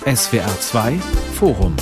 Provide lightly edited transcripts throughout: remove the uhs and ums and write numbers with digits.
SWR 2 Forum.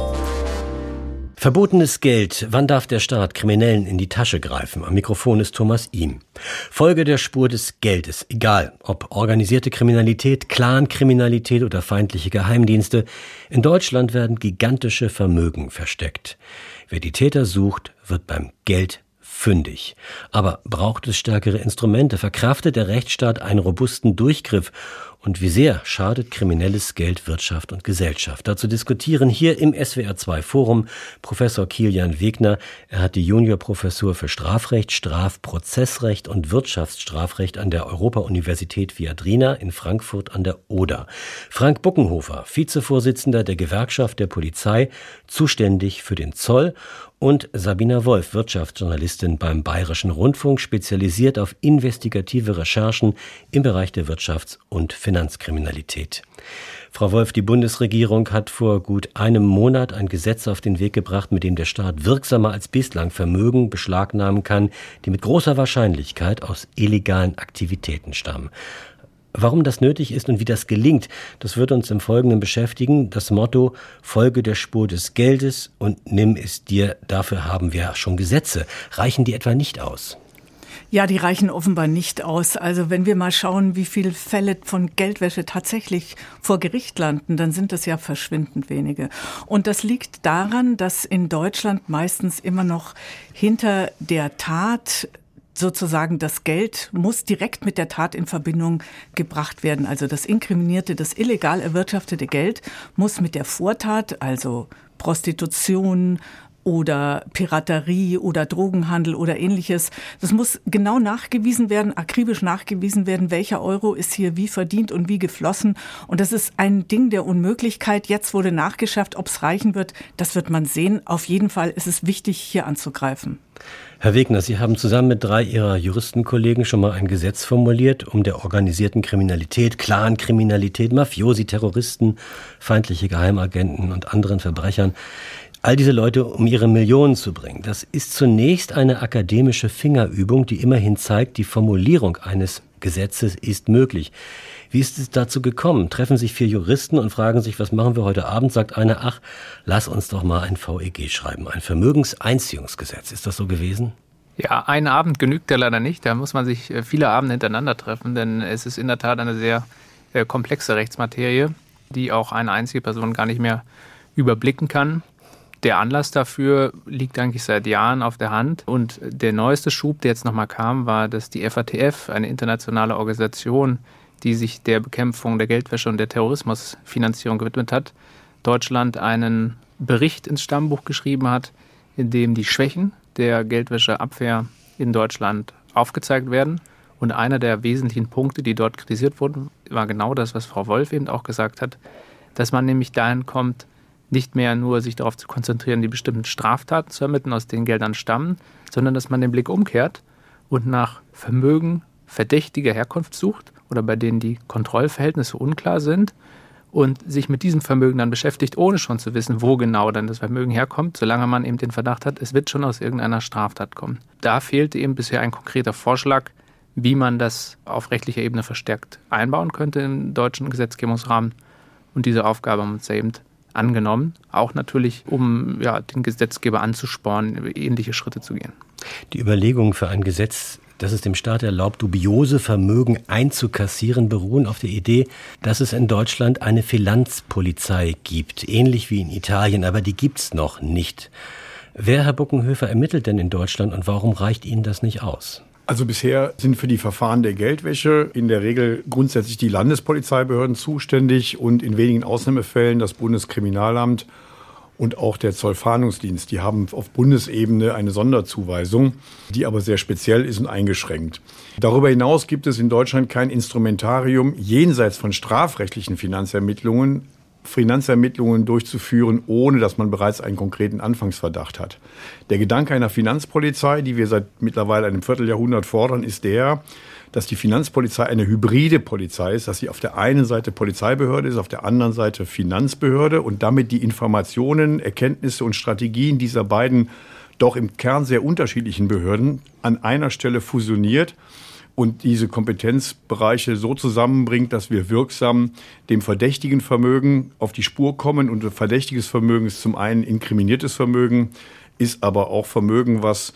Verbotenes Geld. Wann darf der Staat Kriminellen in die Tasche greifen? Am Mikrofon ist Thomas Ihm. Folge der Spur des Geldes. Egal, ob organisierte Kriminalität, Clankriminalität oder feindliche Geheimdienste. In Deutschland werden gigantische Vermögen versteckt. Wer die Täter sucht, wird beim Geld fündig. Aber braucht es stärkere Instrumente? Verkraftet der Rechtsstaat einen robusten Durchgriff? Und wie sehr schadet kriminelles Geld Wirtschaft und Gesellschaft? Dazu diskutieren hier im SWR 2 Forum Professor Kilian Wegner. Er hat die Juniorprofessur für Strafrecht, Strafprozessrecht und Wirtschaftsstrafrecht an der Europa-Universität Viadrina in Frankfurt an der Oder. Frank Buckenhofer, Vizevorsitzender der Gewerkschaft der Polizei, zuständig für den Zoll. Und Sabina Wolf, Wirtschaftsjournalistin beim Bayerischen Rundfunk, spezialisiert auf investigative Recherchen im Bereich der Wirtschafts- und Finanzkriminalität. Frau Wolf, die Bundesregierung hat vor gut einem Monat ein Gesetz auf den Weg gebracht, mit dem der Staat wirksamer als bislang Vermögen beschlagnahmen kann, die mit großer Wahrscheinlichkeit aus illegalen Aktivitäten stammen. Warum das nötig ist und wie das gelingt, das wird uns im Folgenden beschäftigen. Das Motto: Folge der Spur des Geldes und nimm es dir. Dafür haben wir schon Gesetze. Reichen die etwa nicht aus? Ja, die reichen offenbar nicht aus. Also wenn wir mal schauen, wie viele Fälle von Geldwäsche tatsächlich vor Gericht landen, dann sind das ja verschwindend wenige. Und das liegt daran, dass in Deutschland meistens immer noch hinter der Tat sozusagen das Geld muss direkt mit der Tat in Verbindung gebracht werden. Also das inkriminierte, das illegal erwirtschaftete Geld muss mit der Vortat, also Prostitution oder Piraterie oder Drogenhandel oder Ähnliches. Das muss genau nachgewiesen werden, akribisch nachgewiesen werden, welcher Euro ist hier wie verdient und wie geflossen. Und das ist ein Ding der Unmöglichkeit. Jetzt wurde nachgeschärft, ob es reichen wird, das wird man sehen. Auf jeden Fall ist es wichtig, hier anzugreifen. Herr Wegner, Sie haben zusammen mit 3 Ihrer Juristenkollegen schon mal ein Gesetz formuliert, um der organisierten Kriminalität, Clankriminalität, Mafiosi, Terroristen, feindliche Geheimagenten und anderen Verbrechern, all diese Leute um ihre Millionen zu bringen. Das ist zunächst eine akademische Fingerübung, die immerhin zeigt, die Formulierung eines Gesetzes ist möglich. Wie ist es dazu gekommen? Treffen sich 4 Juristen und fragen sich, was machen wir heute Abend? Sagt einer, ach, lass uns doch mal ein VEG schreiben, ein Vermögenseinziehungsgesetz. Ist das so gewesen? Ja, ein Abend genügt ja leider nicht. Da muss man sich viele Abende hintereinander treffen, denn es ist in der Tat eine sehr komplexe Rechtsmaterie, die auch eine einzige Person gar nicht mehr überblicken kann. Der Anlass dafür liegt eigentlich seit Jahren auf der Hand. Und der neueste Schub, der jetzt nochmal kam, war, dass die FATF, eine internationale Organisation, die sich der Bekämpfung der Geldwäsche und der Terrorismusfinanzierung gewidmet hat, Deutschland einen Bericht ins Stammbuch geschrieben hat, in dem die Schwächen der Geldwäscheabwehr in Deutschland aufgezeigt werden. Und einer der wesentlichen Punkte, die dort kritisiert wurden, war genau das, was Frau Wolf eben auch gesagt hat, dass man nämlich dahin kommt, nicht mehr nur sich darauf zu konzentrieren, die bestimmten Straftaten zu ermitteln, aus denen Geldern stammen, sondern dass man den Blick umkehrt und nach Vermögen verdächtiger Herkunft sucht oder bei denen die Kontrollverhältnisse unklar sind und sich mit diesem Vermögen dann beschäftigt, ohne schon zu wissen, wo genau dann das Vermögen herkommt, solange man eben den Verdacht hat, es wird schon aus irgendeiner Straftat kommen. Da fehlte eben bisher ein konkreter Vorschlag, wie man das auf rechtlicher Ebene verstärkt einbauen könnte im deutschen Gesetzgebungsrahmen. Und diese Aufgabe haben wir uns eben angenommen, auch natürlich, um den Gesetzgeber anzuspornen, ähnliche Schritte zu gehen. Die Überlegungen für ein Gesetz, das es dem Staat erlaubt, dubiose Vermögen einzukassieren, beruhen auf der Idee, dass es in Deutschland eine Finanzpolizei gibt, ähnlich wie in Italien, aber die gibt's noch nicht. Wer, Herr Buckenhofer, ermittelt denn in Deutschland und warum reicht Ihnen das nicht aus? Also bisher sind für die Verfahren der Geldwäsche in der Regel grundsätzlich die Landespolizeibehörden zuständig und in wenigen Ausnahmefällen das Bundeskriminalamt und auch der Zollfahndungsdienst. Die haben auf Bundesebene eine Sonderzuweisung, die aber sehr speziell ist und eingeschränkt. Darüber hinaus gibt es in Deutschland kein Instrumentarium jenseits von strafrechtlichen Finanzermittlungen durchzuführen, ohne dass man bereits einen konkreten Anfangsverdacht hat. Der Gedanke einer Finanzpolizei, die wir seit mittlerweile einem Vierteljahrhundert fordern, ist der, dass die Finanzpolizei eine hybride Polizei ist, dass sie auf der einen Seite Polizeibehörde ist, auf der anderen Seite Finanzbehörde und damit die Informationen, Erkenntnisse und Strategien dieser beiden doch im Kern sehr unterschiedlichen Behörden an einer Stelle fusioniert und diese Kompetenzbereiche so zusammenbringt, dass wir wirksam dem verdächtigen Vermögen auf die Spur kommen. Und verdächtiges Vermögen ist zum einen inkriminiertes Vermögen, ist aber auch Vermögen, was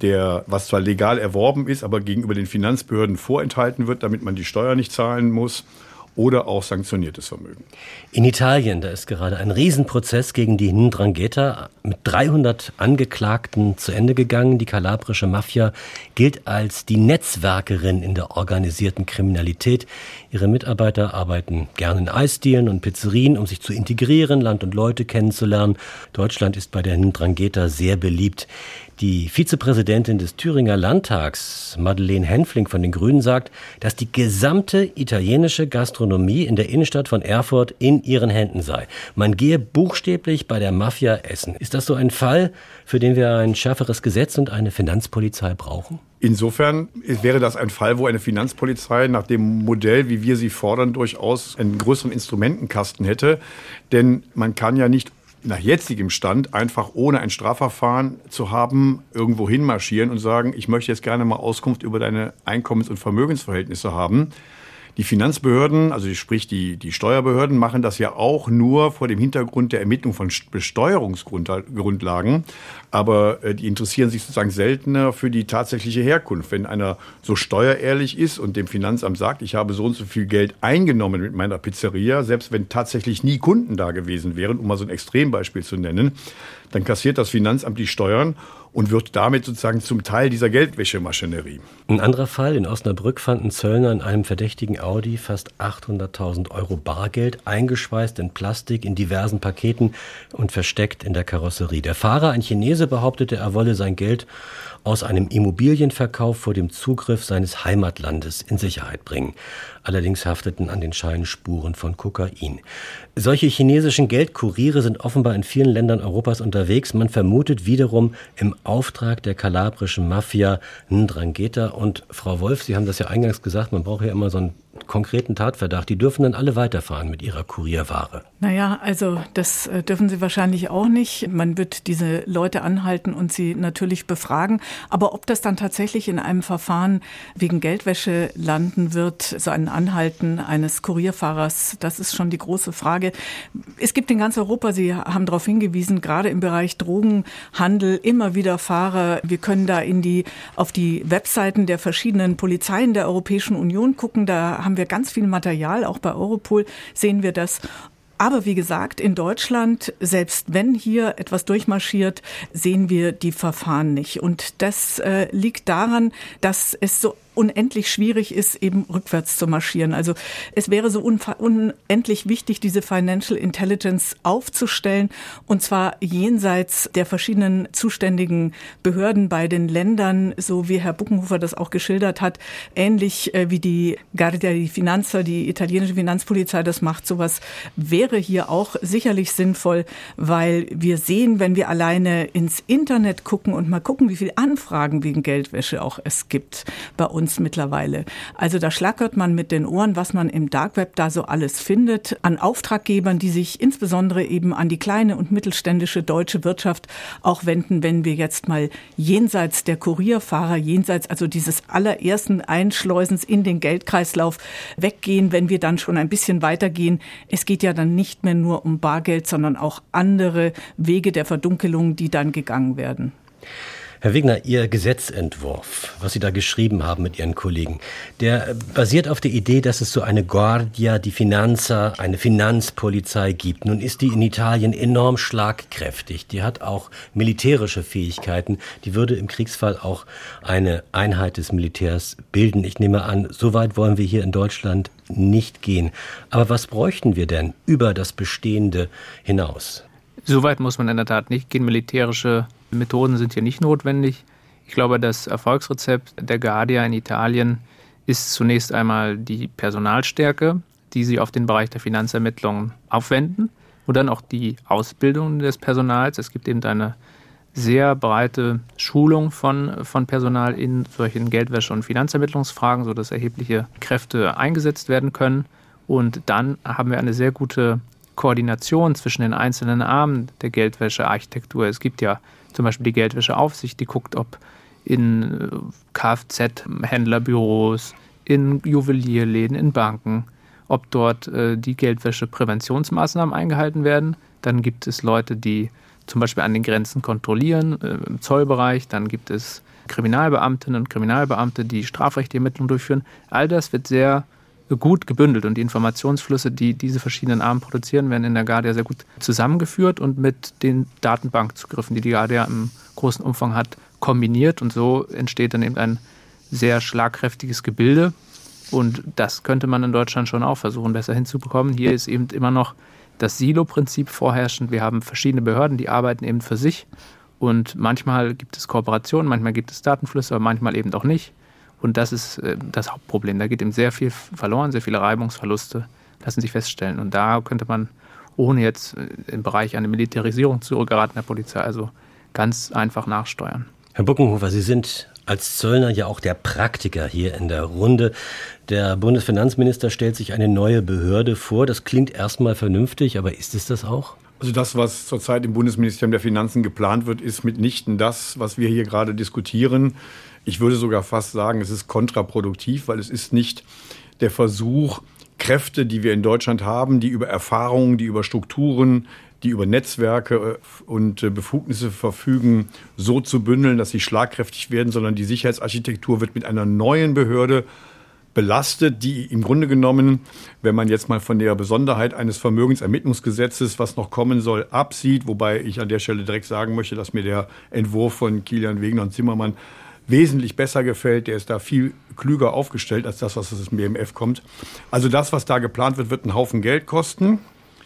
zwar legal erworben ist, aber gegenüber den Finanzbehörden vorenthalten wird, damit man die Steuer nicht zahlen muss. Oder auch sanktioniertes Vermögen. In Italien, da ist gerade ein Riesenprozess gegen die 'Ndrangheta mit 300 Angeklagten zu Ende gegangen. Die kalabrische Mafia gilt als die Netzwerkerin in der organisierten Kriminalität. Ihre Mitarbeiter arbeiten gerne in Eisdielen und Pizzerien, um sich zu integrieren, Land und Leute kennenzulernen. Deutschland ist bei der 'Ndrangheta sehr beliebt. Die Vizepräsidentin des Thüringer Landtags, Madeleine Henfling von den Grünen, sagt, dass die gesamte italienische Gastronomie in der Innenstadt von Erfurt in ihren Händen sei. Man gehe buchstäblich bei der Mafia essen. Ist das so ein Fall, für den wir ein schärferes Gesetz und eine Finanzpolizei brauchen? Insofern wäre das ein Fall, wo eine Finanzpolizei nach dem Modell, wie wir sie fordern, durchaus einen größeren Instrumentenkasten hätte. Denn man kann ja nicht nach jetzigem Stand einfach ohne ein Strafverfahren zu haben, irgendwo hinmarschieren und sagen, ich möchte jetzt gerne mal Auskunft über deine Einkommens- und Vermögensverhältnisse haben. Die Finanzbehörden, also sprich die Steuerbehörden, machen das ja auch nur vor dem Hintergrund der Ermittlung von Besteuerungsgrundlagen. Aber die interessieren sich sozusagen seltener für die tatsächliche Herkunft. Wenn einer so steuerehrlich ist und dem Finanzamt sagt, ich habe so und so viel Geld eingenommen mit meiner Pizzeria, selbst wenn tatsächlich nie Kunden da gewesen wären, um mal so ein Extrembeispiel zu nennen, dann kassiert das Finanzamt die Steuern und wird damit sozusagen zum Teil dieser Geldwäschemaschinerie. Ein anderer Fall, in Osnabrück fanden Zöllner in einem verdächtigen Audi fast 800.000 Euro Bargeld, eingeschweißt in Plastik in diversen Paketen und versteckt in der Karosserie. Der Fahrer, ein Chinese, behauptete, er wolle sein Geld aus einem Immobilienverkauf vor dem Zugriff seines Heimatlandes in Sicherheit bringen. Allerdings hafteten an den Scheinen Spuren von Kokain. Solche chinesischen Geldkuriere sind offenbar in vielen Ländern Europas unterwegs. Man vermutet wiederum im Auftrag der kalabrischen Mafia 'Ndrangheta. Und Frau Wolf, Sie haben das ja eingangs gesagt, man braucht ja immer so einen konkreten Tatverdacht. Die dürfen dann alle weiterfahren mit ihrer Kurierware. Naja, also das dürfen sie wahrscheinlich auch nicht. Man wird diese Leute anhalten und sie natürlich befragen. Aber ob das dann tatsächlich in einem Verfahren wegen Geldwäsche landen wird, so ein Anhalten eines Kurierfahrers, das ist schon die große Frage. Es gibt in ganz Europa, Sie haben darauf hingewiesen, gerade im Bereich Drogenhandel immer wieder Fahrer. Wir können da auf die Webseiten der verschiedenen Polizeien der Europäischen Union gucken. Da haben wir ganz viel Material, auch bei Europol sehen wir das. Aber wie gesagt, in Deutschland, selbst wenn hier etwas durchmarschiert, sehen wir die Verfahren nicht. Und das liegt daran, dass es so unendlich schwierig ist, eben rückwärts zu marschieren. Also es wäre so unendlich wichtig, diese Financial Intelligence aufzustellen, und zwar jenseits der verschiedenen zuständigen Behörden bei den Ländern, so wie Herr Buckenhofer das auch geschildert hat, ähnlich wie die Guardia di Finanza, die italienische Finanzpolizei, das macht. Sowas wäre hier auch sicherlich sinnvoll, weil wir sehen, wenn wir alleine ins Internet gucken und mal gucken, wie viele Anfragen wegen Geldwäsche auch es gibt bei uns mittlerweile. Also da schlackert man mit den Ohren, was man im Dark Web da so alles findet, an Auftraggebern, die sich insbesondere eben an die kleine und mittelständische deutsche Wirtschaft auch wenden, wenn wir jetzt mal jenseits der Kurierfahrer, jenseits also dieses allerersten Einschleusens in den Geldkreislauf weggehen, wenn wir dann schon ein bisschen weitergehen. Es geht ja dann nicht mehr nur um Bargeld, sondern auch andere Wege der Verdunkelung, die dann gegangen werden. Herr Wegner, Ihr Gesetzentwurf, was Sie da geschrieben haben mit Ihren Kollegen, der basiert auf der Idee, dass es so eine Guardia di Finanza, eine Finanzpolizei gibt. Nun ist die in Italien enorm schlagkräftig. Die hat auch militärische Fähigkeiten. Die würde im Kriegsfall auch eine Einheit des Militärs bilden. Ich nehme an, so weit wollen wir hier in Deutschland nicht gehen. Aber was bräuchten wir denn über das Bestehende hinaus? So weit muss man in der Tat nicht gehen. Militärische Methoden sind hier nicht notwendig. Ich glaube, das Erfolgsrezept der Guardia in Italien ist zunächst einmal die Personalstärke, die sie auf den Bereich der Finanzermittlungen aufwenden, und dann auch die Ausbildung des Personals. Es gibt eben eine sehr breite Schulung von Personal in solchen Geldwäsche- und Finanzermittlungsfragen, sodass erhebliche Kräfte eingesetzt werden können. Und dann haben wir eine sehr gute Koordination zwischen den einzelnen Armen der Geldwäschearchitektur. Es gibt ja zum Beispiel die Geldwäscheaufsicht, die guckt, ob in Kfz-Händlerbüros, in Juwelierläden, in Banken, ob dort die Geldwäsche-Präventionsmaßnahmen eingehalten werden. Dann gibt es Leute, die zum Beispiel an den Grenzen kontrollieren, im Zollbereich. Dann gibt es Kriminalbeamtinnen und Kriminalbeamte, die strafrechtliche Ermittlungen durchführen. All das wird sehr gut gebündelt und die Informationsflüsse, die diese verschiedenen Armen produzieren, werden in der Guardia sehr gut zusammengeführt und mit den Datenbankzugriffen, die Guardia im großen Umfang hat, kombiniert. Und so entsteht dann eben ein sehr schlagkräftiges Gebilde. Und das könnte man in Deutschland schon auch versuchen, besser hinzubekommen. Hier ist eben immer noch das Silo-Prinzip vorherrschend. Wir haben verschiedene Behörden, die arbeiten eben für sich. Und manchmal gibt es Kooperationen, manchmal gibt es Datenflüsse, aber manchmal eben auch nicht. Und das ist das Hauptproblem. Da geht eben sehr viel verloren, sehr viele Reibungsverluste lassen sich feststellen. Und da könnte man, ohne jetzt im Bereich einer Militarisierung zu geraten der Polizei, also ganz einfach nachsteuern. Herr Buckenhofer, Sie sind als Zöllner ja auch der Praktiker hier in der Runde. Der Bundesfinanzminister stellt sich eine neue Behörde vor. Das klingt erstmal vernünftig, aber ist es das auch? Also das, was zurzeit im Bundesministerium der Finanzen geplant wird, ist mitnichten das, was wir hier gerade diskutieren. Ich würde sogar fast sagen, es ist kontraproduktiv, weil es ist nicht der Versuch, Kräfte, die wir in Deutschland haben, die über Erfahrungen, die über Strukturen, die über Netzwerke und Befugnisse verfügen, so zu bündeln, dass sie schlagkräftig werden, sondern die Sicherheitsarchitektur wird mit einer neuen Behörde belastet, die im Grunde genommen, wenn man jetzt mal von der Besonderheit eines Vermögensermittlungsgesetzes, was noch kommen soll, absieht, wobei ich an der Stelle direkt sagen möchte, dass mir der Entwurf von Kilian Wegner und Zimmermann wesentlich besser gefällt. Der ist da viel klüger aufgestellt als das, was aus dem BMF kommt. Also das, was da geplant wird, wird einen Haufen Geld kosten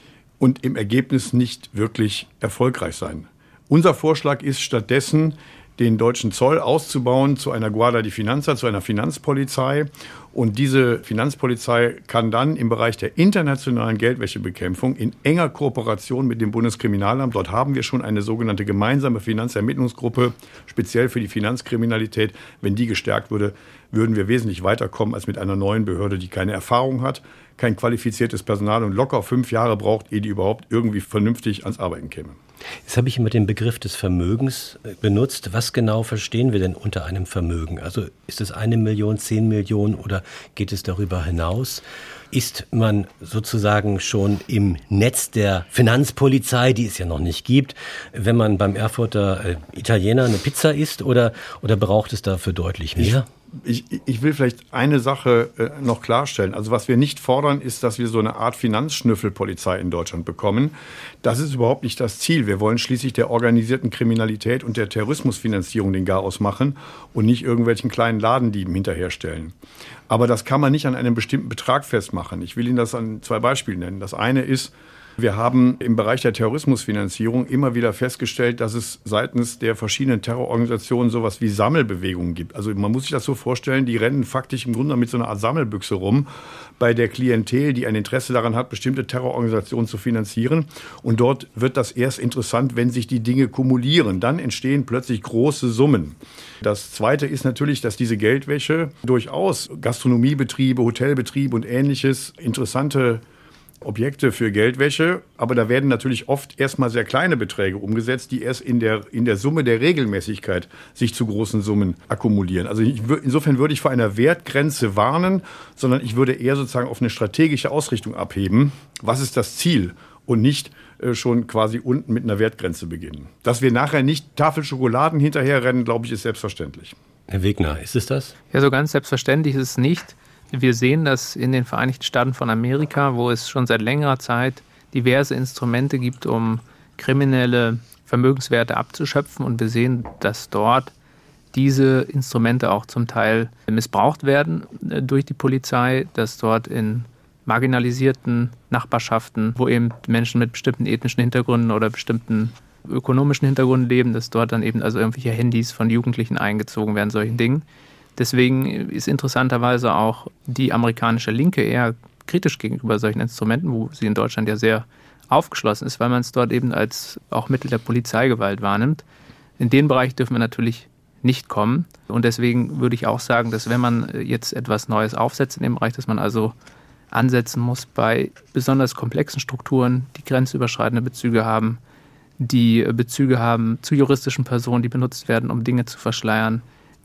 und im Ergebnis nicht wirklich erfolgreich sein. Unser Vorschlag ist stattdessen, den deutschen Zoll auszubauen zu einer Guardia di Finanza, zu einer Finanzpolizei. Und diese Finanzpolizei kann dann im Bereich der internationalen Geldwäschebekämpfung in enger Kooperation mit dem Bundeskriminalamt, dort haben wir schon eine sogenannte gemeinsame Finanzermittlungsgruppe, speziell für die Finanzkriminalität. Wenn die gestärkt würde, würden wir wesentlich weiterkommen als mit einer neuen Behörde, die keine Erfahrung hat, kein qualifiziertes Personal und locker 5 Jahre braucht, ehe die überhaupt irgendwie vernünftig ans Arbeiten käme. Jetzt habe ich immer den Begriff des Vermögens benutzt. Was genau verstehen wir denn unter einem Vermögen? Also ist es 1 Million, 10 Millionen oder geht es darüber hinaus? Ist man sozusagen schon im Netz der Finanzpolizei, die es ja noch nicht gibt, wenn man beim Erfurter Italiener eine Pizza isst oder braucht es dafür deutlich mehr? Ich will vielleicht eine Sache noch klarstellen. Also was wir nicht fordern, ist, dass wir so eine Art Finanzschnüffelpolizei in Deutschland bekommen. Das ist überhaupt nicht das Ziel. Wir wollen schließlich der organisierten Kriminalität und der Terrorismusfinanzierung den Garaus machen und nicht irgendwelchen kleinen Ladendieben hinterherstellen. Aber das kann man nicht an einem bestimmten Betrag festmachen. Ich will Ihnen das an 2 Beispielen nennen. Das eine ist, wir haben im Bereich der Terrorismusfinanzierung immer wieder festgestellt, dass es seitens der verschiedenen Terrororganisationen sowas wie Sammelbewegungen gibt. Also man muss sich das so vorstellen, die rennen faktisch im Grunde mit so einer Art Sammelbüchse rum bei der Klientel, die ein Interesse daran hat, bestimmte Terrororganisationen zu finanzieren. Und dort wird das erst interessant, wenn sich die Dinge kumulieren. Dann entstehen plötzlich große Summen. Das Zweite ist natürlich, dass diese Geldwäsche durchaus Gastronomiebetriebe, Hotelbetriebe und Ähnliches interessante Objekte für Geldwäsche, aber da werden natürlich oft erstmal sehr kleine Beträge umgesetzt, die erst in der Summe der Regelmäßigkeit sich zu großen Summen akkumulieren. Also insofern würde ich vor einer Wertgrenze warnen, sondern ich würde eher sozusagen auf eine strategische Ausrichtung abheben. Was ist das Ziel? Und nicht schon quasi unten mit einer Wertgrenze beginnen. Dass wir nachher nicht Tafel Schokoladen hinterherrennen, glaube ich, ist selbstverständlich. Herr Wegner, ist es das? Ja, so ganz selbstverständlich ist es nicht. Wir sehen das in den Vereinigten Staaten von Amerika, wo es schon seit längerer Zeit diverse Instrumente gibt, um kriminelle Vermögenswerte abzuschöpfen. Und wir sehen, dass dort diese Instrumente auch zum Teil missbraucht werden durch die Polizei, dass dort in marginalisierten Nachbarschaften, wo eben Menschen mit bestimmten ethnischen Hintergründen oder bestimmten ökonomischen Hintergründen leben, dass dort dann eben also irgendwelche Handys von Jugendlichen eingezogen werden, solchen Dingen. Deswegen ist interessanterweise auch die amerikanische Linke eher kritisch gegenüber solchen Instrumenten, wo sie in Deutschland ja sehr aufgeschlossen ist, weil man es dort eben als auch Mittel der Polizeigewalt wahrnimmt. In den Bereich dürfen wir natürlich nicht kommen. Und deswegen würde ich auch sagen, dass wenn man jetzt etwas Neues aufsetzt in dem Bereich, dass man also ansetzen muss bei besonders komplexen Strukturen, die grenzüberschreitende Bezüge haben, die Bezüge haben zu juristischen Personen, die benutzt werden, um Dinge zu verschleiern,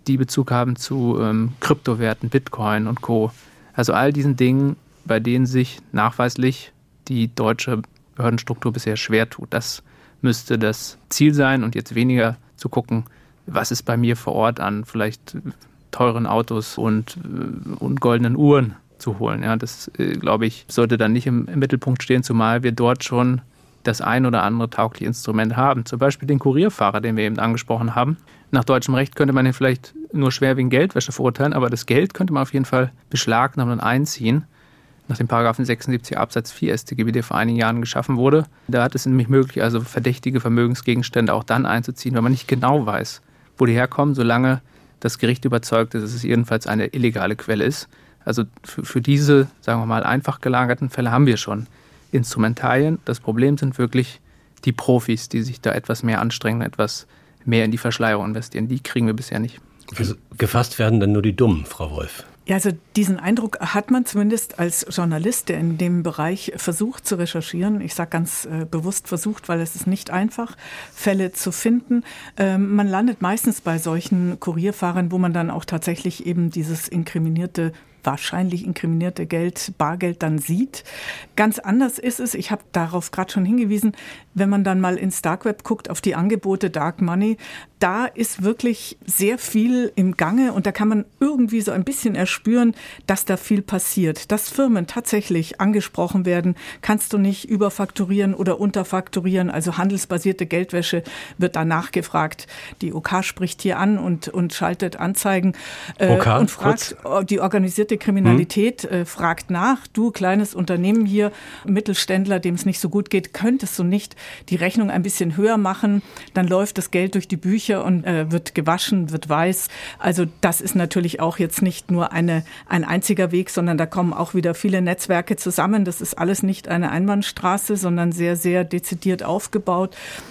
die Bezug haben zu Kryptowerten, Bitcoin und Co. Also all diesen Dingen, bei denen sich nachweislich die deutsche Behördenstruktur bisher schwer tut. Das müsste das Ziel sein und jetzt weniger zu gucken, was ist bei mir vor Ort an vielleicht teuren Autos und goldenen Uhren zu holen. Ja, das, glaube ich, sollte dann nicht im Mittelpunkt stehen, zumal wir dort schon das ein oder andere taugliche Instrument haben. Zum Beispiel den Kurierfahrer, den wir eben angesprochen haben. Nach deutschem Recht könnte man ihn vielleicht nur schwer wegen Geldwäsche verurteilen, aber das Geld könnte man auf jeden Fall beschlagnahmen und einziehen. Nach dem Paragraphen 76 Absatz 4 StGB, der vor einigen Jahren geschaffen wurde. Da hat es nämlich möglich, also verdächtige Vermögensgegenstände auch dann einzuziehen, wenn man nicht genau weiß, wo die herkommen, solange das Gericht überzeugt ist, dass es jedenfalls eine illegale Quelle ist. Also für diese, sagen wir mal, einfach gelagerten Fälle haben wir schon Instrumentarien. Das Problem sind wirklich die Profis, die sich da etwas mehr anstrengen, etwas mehr in die Verschleierung investieren. Die kriegen wir bisher nicht. Also gefasst werden dann nur die Dummen, Frau Wolf. Ja, also diesen Eindruck hat man zumindest als Journalist, der in dem Bereich versucht zu recherchieren. Ich sage ganz bewusst versucht, weil es ist nicht einfach, Fälle zu finden. Man landet meistens bei solchen Kurierfahrern, wo man dann auch tatsächlich eben dieses wahrscheinlich inkriminierte Bargeld dann sieht. Ganz anders ist es, ich habe darauf gerade schon hingewiesen, wenn man dann mal ins Dark Web guckt, auf die Angebote Dark Money, da ist wirklich sehr viel im Gange und da kann man irgendwie so ein bisschen erspüren, dass da viel passiert. Dass Firmen tatsächlich angesprochen werden, kannst du nicht überfakturieren oder unterfakturieren, also handelsbasierte Geldwäsche wird da nachgefragt. Die OK spricht hier an und schaltet Anzeigen und fragt, die organisierte Kriminalität fragt nach, du kleines Unternehmen hier, Mittelständler, dem es nicht so gut geht, könntest du nicht die Rechnung ein bisschen höher machen, dann läuft das Geld durch die Bücher und wird gewaschen, wird weiß. Also das ist natürlich auch jetzt nicht nur ein einziger Weg, sondern da kommen auch wieder viele Netzwerke zusammen. Das ist alles nicht eine Einbahnstraße, sondern sehr, sehr dezidiert aufgebaut.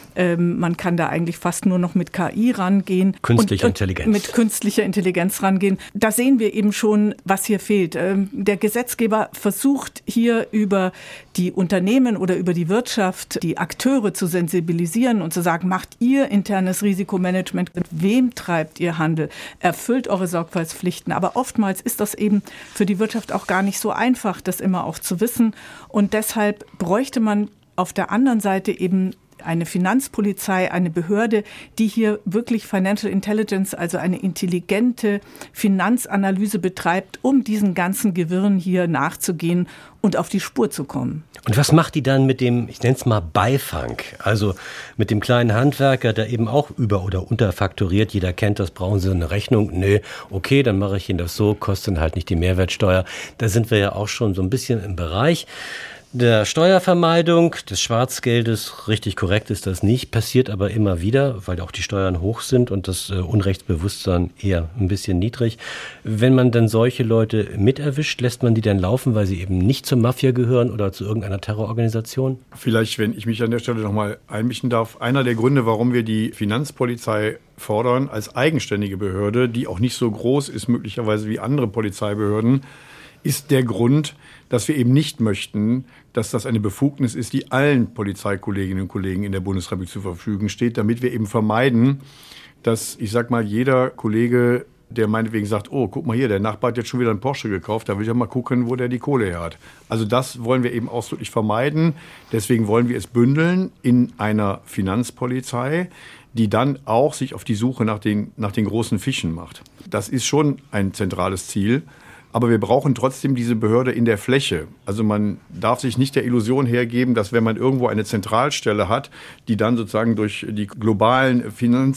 Man kann da eigentlich fast nur noch mit KI rangehen. Künstliche Intelligenz. Mit künstlicher Intelligenz rangehen. Da sehen wir eben schon, was hier fehlt. Der Gesetzgeber versucht hier über die Unternehmen oder über die Wirtschaft die Akteure zu sensibilisieren und zu sagen, macht ihr internes Risikomanagement, mit wem treibt ihr Handel, erfüllt eure Sorgfaltspflichten. Aber oftmals ist das eben für die Wirtschaft auch gar nicht so einfach, das immer auch zu wissen. Und deshalb bräuchte man auf der anderen Seite eben eine Finanzpolizei, eine Behörde, die hier wirklich Financial Intelligence, also eine intelligente Finanzanalyse betreibt, um diesen ganzen Gewirren hier nachzugehen und auf die Spur zu kommen. Und was macht die dann mit dem, ich nenne es mal Beifang, also mit dem kleinen Handwerker, der eben auch über- oder unterfakturiert, jeder kennt das, brauchen Sie eine Rechnung? Nö, okay, dann mache ich Ihnen das so, kostet halt nicht die Mehrwertsteuer. Da sind wir ja auch schon so ein bisschen im Bereich der Steuervermeidung, des Schwarzgeldes. Richtig korrekt ist das nicht, passiert aber immer wieder, weil auch die Steuern hoch sind und das Unrechtsbewusstsein eher ein bisschen niedrig. Wenn man dann solche Leute mit erwischt, lässt man die dann laufen, weil sie eben nicht zur Mafia gehören oder zu irgendeiner Terrororganisation? Vielleicht, wenn ich mich an der Stelle nochmal einmischen darf, einer der Gründe, warum wir die Finanzpolizei fordern als eigenständige Behörde, die auch nicht so groß ist möglicherweise wie andere Polizeibehörden, ist der Grund, dass wir eben nicht möchten, dass das eine Befugnis ist, die allen Polizeikolleginnen und Kollegen in der Bundesrepublik zur Verfügung steht, damit wir eben vermeiden, dass, ich sag mal, jeder Kollege, der meinetwegen sagt, oh, guck mal hier, der Nachbar hat jetzt schon wieder einen Porsche gekauft, da will ich ja mal gucken, wo der die Kohle her hat. Also das wollen wir eben ausdrücklich vermeiden. Deswegen wollen wir es bündeln in einer Finanzpolizei, die dann auch sich auf die Suche nach den großen Fischen macht. Das ist schon ein zentrales Ziel. Aber wir brauchen trotzdem diese Behörde in der Fläche. Also man darf sich nicht der Illusion hergeben, dass wenn man irgendwo eine Zentralstelle hat, die dann sozusagen durch die globalen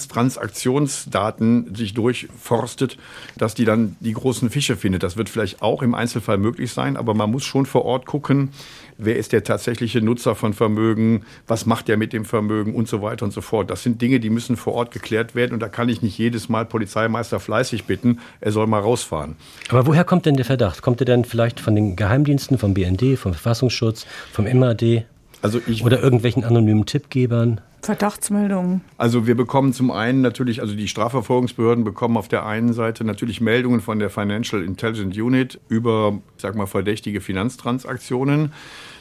Finanztransaktionsdaten sich durchforstet, dass die dann die großen Fische findet. Das wird vielleicht auch im Einzelfall möglich sein, aber man muss schon vor Ort gucken, wer ist der tatsächliche Nutzer von Vermögen, was macht der mit dem Vermögen und so weiter und so fort. Das sind Dinge, die müssen vor Ort geklärt werden und da kann ich nicht jedes Mal Polizeimeister fleißig bitten, er soll mal rausfahren. Aber woher kommt denn der Verdacht? Kommt der denn vielleicht von den Geheimdiensten, vom BND, vom Verfassungsschutz, vom MAD oder irgendwelchen anonymen Tippgebern? Verdachtsmeldungen. Also wir bekommen zum einen natürlich, also die Strafverfolgungsbehörden bekommen auf der einen Seite natürlich Meldungen von der Financial Intelligence Unit über, ich sag mal, verdächtige Finanztransaktionen.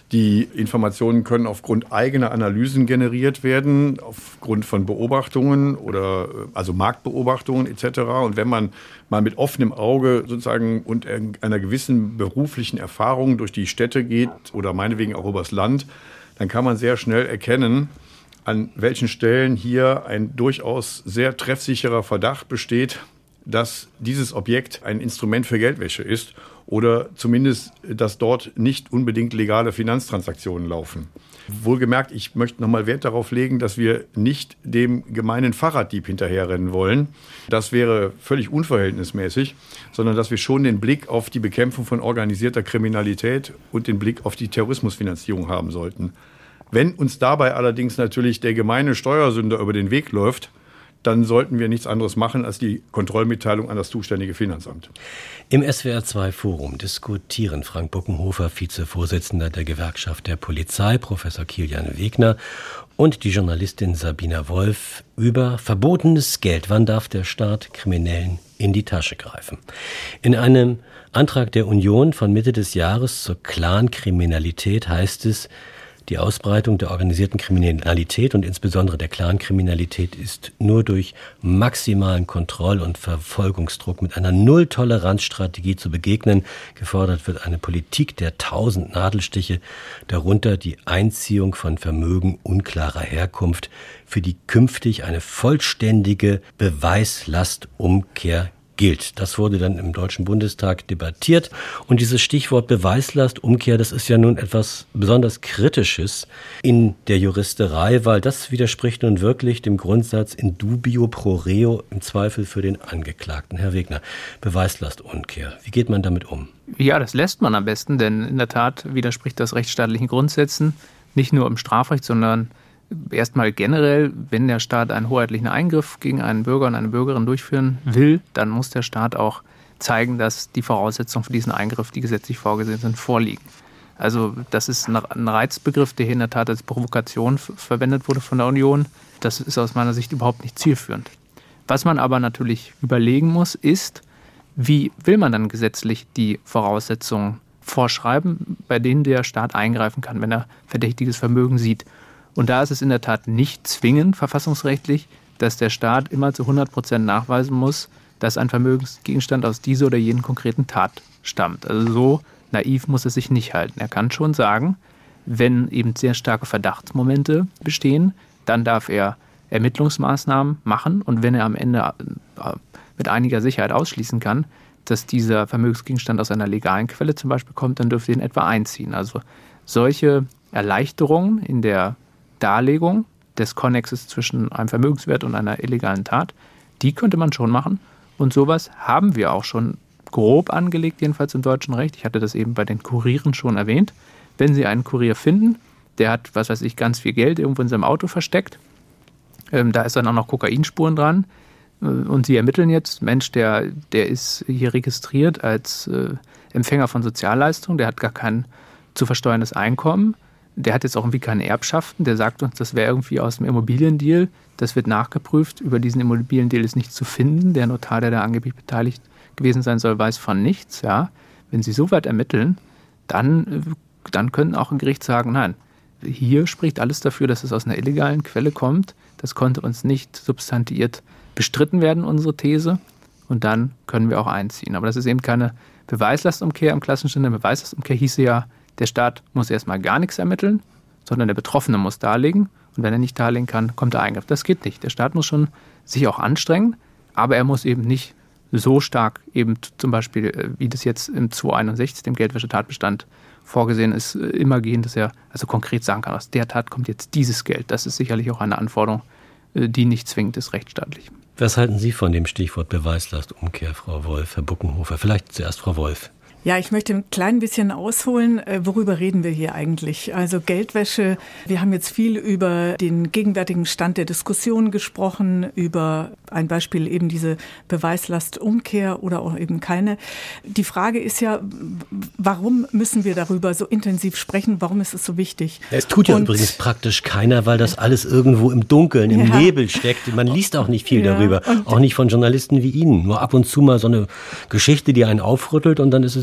Die Informationen können aufgrund eigener Analysen generiert werden, aufgrund von Beobachtungen oder also Marktbeobachtungen etc. Und wenn man mal mit offenem Auge sozusagen und einer gewissen beruflichen Erfahrung durch die Städte geht oder meinetwegen auch übers Land, dann kann man sehr schnell erkennen, an welchen Stellen hier ein durchaus sehr treffsicherer Verdacht besteht, dass dieses Objekt ein Instrument für Geldwäsche ist oder zumindest, dass dort nicht unbedingt legale Finanztransaktionen laufen. Wohlgemerkt, ich möchte nochmal Wert darauf legen, dass wir nicht dem gemeinen Fahrraddieb hinterherrennen wollen. Das wäre völlig unverhältnismäßig, sondern dass wir schon den Blick auf die Bekämpfung von organisierter Kriminalität und den Blick auf die Terrorismusfinanzierung haben sollten. Wenn uns dabei allerdings natürlich der gemeine Steuersünder über den Weg läuft, dann sollten wir nichts anderes machen als die Kontrollmitteilung an das zuständige Finanzamt. Im SWR2-Forum diskutieren Frank Buckenhofer, Vizevorsitzender der Gewerkschaft der Polizei, Professor Kilian Wegner und die Journalistin Sabina Wolf über verbotenes Geld. Wann darf der Staat Kriminellen in die Tasche greifen? In einem Antrag der Union von Mitte des Jahres zur Clankriminalität heißt es, die Ausbreitung der organisierten Kriminalität und insbesondere der Clankriminalität ist nur durch maximalen Kontroll- und Verfolgungsdruck mit einer Null-Toleranz-Strategie zu begegnen. Gefordert wird eine Politik der 1000 Nadelstiche, darunter die Einziehung von Vermögen unklarer Herkunft, für die künftig eine vollständige Beweislastumkehr gilt. Das wurde dann im Deutschen Bundestag debattiert. Und dieses Stichwort Beweislastumkehr, das ist ja nun etwas besonders Kritisches in der Juristerei, weil das widerspricht nun wirklich dem Grundsatz in dubio pro reo, im Zweifel für den Angeklagten. Herr Wegner, Beweislastumkehr, wie geht man damit um? Ja, das lässt man am besten, denn in der Tat widerspricht das rechtsstaatlichen Grundsätzen, nicht nur im Strafrecht, sondern erstmal generell, wenn der Staat einen hoheitlichen Eingriff gegen einen Bürger und eine Bürgerin durchführen will, dann muss der Staat auch zeigen, dass die Voraussetzungen für diesen Eingriff, die gesetzlich vorgesehen sind, vorliegen. Also das ist ein Reizbegriff, der hier in der Tat als Provokation verwendet wurde von der Union. Das ist aus meiner Sicht überhaupt nicht zielführend. Was man aber natürlich überlegen muss, ist, wie will man dann gesetzlich die Voraussetzungen vorschreiben, bei denen der Staat eingreifen kann, wenn er verdächtiges Vermögen sieht. Und da ist es in der Tat nicht zwingend verfassungsrechtlich, dass der Staat immer zu 100% nachweisen muss, dass ein Vermögensgegenstand aus dieser oder jenen konkreten Tat stammt. Also so naiv muss es sich nicht halten. Er kann schon sagen, wenn eben sehr starke Verdachtsmomente bestehen, dann darf er Ermittlungsmaßnahmen machen. Und wenn er am Ende mit einiger Sicherheit ausschließen kann, dass dieser Vermögensgegenstand aus einer legalen Quelle zum Beispiel kommt, dann dürfte er ihn etwa einziehen. Also solche Erleichterungen in der Darlegung des Konnexes zwischen einem Vermögenswert und einer illegalen Tat, die könnte man schon machen. Und sowas haben wir auch schon grob angelegt, jedenfalls im deutschen Recht. Ich hatte das eben bei den Kurieren schon erwähnt. Wenn Sie einen Kurier finden, der hat, was weiß ich, ganz viel Geld irgendwo in seinem Auto versteckt, da ist dann auch noch Kokainspuren dran, und Sie ermitteln jetzt, Mensch, der ist hier registriert als Empfänger von Sozialleistungen, der hat gar kein zu versteuerndes Einkommen, der hat jetzt auch irgendwie keine Erbschaften, der sagt uns, das wäre irgendwie aus dem Immobiliendeal, das wird nachgeprüft, über diesen Immobiliendeal ist nichts zu finden, der Notar, der da angeblich beteiligt gewesen sein soll, weiß von nichts. Ja. Wenn Sie so weit ermitteln, dann könnte auch ein Gericht sagen, nein, hier spricht alles dafür, dass es aus einer illegalen Quelle kommt, das konnte uns nicht substantiiert bestritten werden, unsere These, und dann können wir auch einziehen. Aber das ist eben keine Beweislastumkehr im klassischen Sinne. Beweislastumkehr hieße ja, der Staat muss erstmal gar nichts ermitteln, sondern der Betroffene muss darlegen. Und wenn er nicht darlegen kann, kommt der Eingriff. Das geht nicht. Der Staat muss schon sich auch anstrengen, aber er muss eben nicht so stark, eben zum Beispiel, wie das jetzt im 261, dem Geldwäschetatbestand, vorgesehen ist, immer gehen, dass er also konkret sagen kann, aus der Tat kommt jetzt dieses Geld. Das ist sicherlich auch eine Anforderung, die nicht zwingend ist rechtsstaatlich. Was halten Sie von dem Stichwort Beweislastumkehr, Frau Wolf, Herr Buckenhofer? Vielleicht zuerst Frau Wolf. Ja, ich möchte ein klein bisschen ausholen. Worüber reden wir hier eigentlich? Also Geldwäsche, wir haben jetzt viel über den gegenwärtigen Stand der Diskussion gesprochen, über ein Beispiel eben diese Beweislastumkehr oder auch eben keine. Die Frage ist ja, warum müssen wir darüber so intensiv sprechen? Warum ist es so wichtig? Es tut ja übrigens praktisch keiner, weil das alles irgendwo im Dunkeln, im Nebel steckt. Man liest auch nicht viel darüber, auch nicht von Journalisten wie Ihnen. Nur ab und zu mal so eine Geschichte, die einen aufrüttelt und dann ist es